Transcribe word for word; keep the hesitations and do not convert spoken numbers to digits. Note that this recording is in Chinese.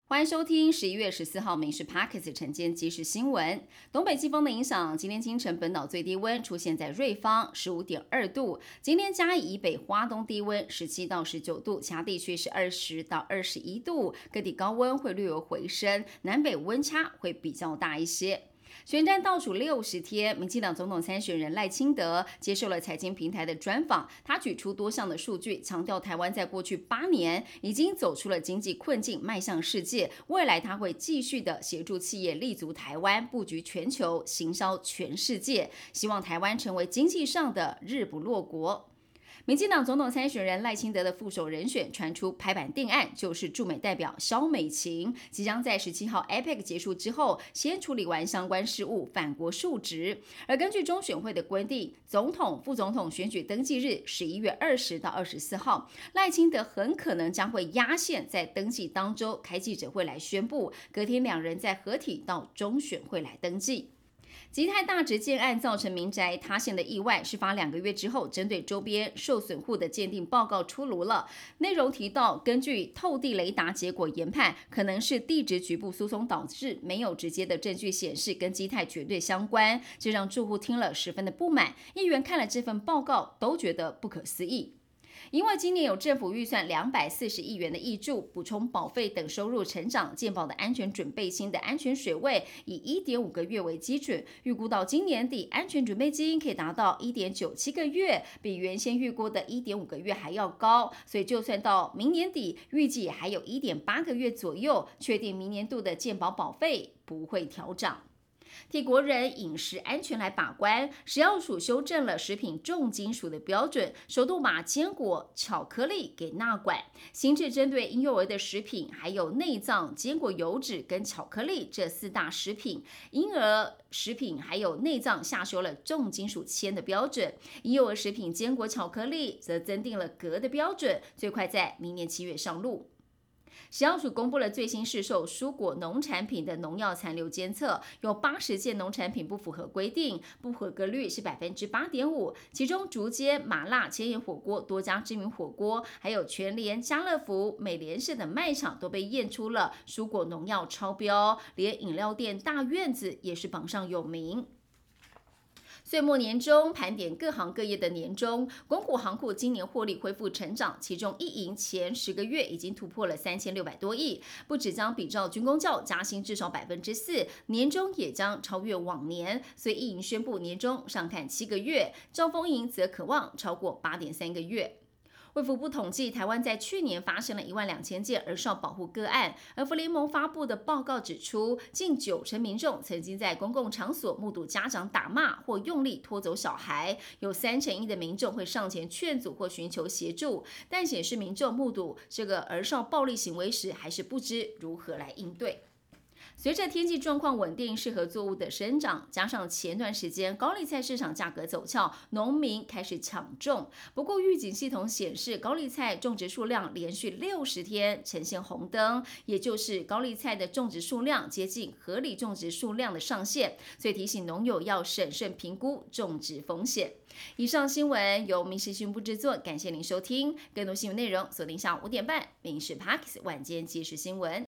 欢迎收听十一月十四号民事 Podcast 晨间即时新闻。东北季风的影响，今天清晨本岛最低温出现在瑞芳十五点二度，今天嘉义以北、花东低温十七到十九度，其他地区是二十到二十一度，各地高温会略有回升，南北温差会比较大一些。选战倒数六十天，民进党总统参选人赖清德接受了财经平台的专访，他举出多项的数据，强调台湾在过去八年已经走出了经济困境，迈向世界。未来他会继续的协助企业立足台湾，布局全球，行销全世界，希望台湾成为经济上的日不落国。民进党总统参选人赖清德的副手人选传出拍板定案，就是驻美代表萧美琴，即将在十七号 A P E C 结束之后，先处理完相关事务，返国述职。而根据中选会的规定，总统、副总统选举登记日十一月二十到二十四号，赖清德很可能将会压线在登记当周开记者会来宣布，隔天两人再合体到中选会来登记。基泰大直建案造成民宅塌陷的意外，事发两个月之后，针对周边受损户的鉴定报告出炉了。内容提到，根据透地雷达结果研判，可能是地质局部疏松导致，没有直接的证据显示跟基泰绝对相关，这让住户听了十分的不满。议员看了这份报告，都觉得不可思议。因为今年有政府预算两百四十亿元的挹注，补充保费等收入成长，健保的安全准备金的安全水位以 一点五个月为基准，预估到今年底安全准备金可以达到 一点九七个月，比原先预估的 一点五个月还要高，所以就算到明年底，预计还有 一点八个月左右，确定明年度的健保保费不会调涨。替国人饮食安全来把关，食药署修正了食品重金属的标准，首度把坚果、巧克力给纳管，新制针对婴幼儿的食品，还有内脏、坚果、油脂跟巧克力这四大食品，婴儿食品还有内脏下修了重金属铅的标准，婴幼儿食品、坚果、巧克力则增订了镉的标准，最快在明年七月上路。食药署公布了最新市售蔬果农产品的农药残留监测，有八十件农产品不符合规定，不合格率是 百分之八点五， 其中竹间、麻辣、千叶火锅、多家知名火锅，还有全联、家乐福、美联社等卖场都被验出了蔬果农药超标，连饮料店大院子也是榜上有名。岁末年终盘点各行各业的年终，公股行库今年获利恢复成长，其中一营前十个月已经突破了三千六百多亿，不只将比照军公教加薪至少百分之四，年终也将超越往年，所以一营宣布年终上看七个月，兆丰营则可望超过八点三个月。卫福部统计，台湾在去年发生了一万两千件儿少保护个案，而福联盟发布的报告指出，近九成民众曾经在公共场所目睹家长打骂或用力拖走小孩，有三成一的民众会上前劝阻或寻求协助，但显示民众目睹这个儿少暴力行为时，还是不知如何来应对。随着天气状况稳定，适合作物的生长，加上前段时间高丽菜市场价格走俏，农民开始抢种。不过预警系统显示，高丽菜种植数量连续六十天呈现红灯，也就是高丽菜的种植数量接近合理种植数量的上限，所以提醒农友要审慎评估种植风险。以上新闻由民事新闻部制作，感谢您收听。更多新闻内容锁定下午五点半，民事 Parks 晚间即时新闻。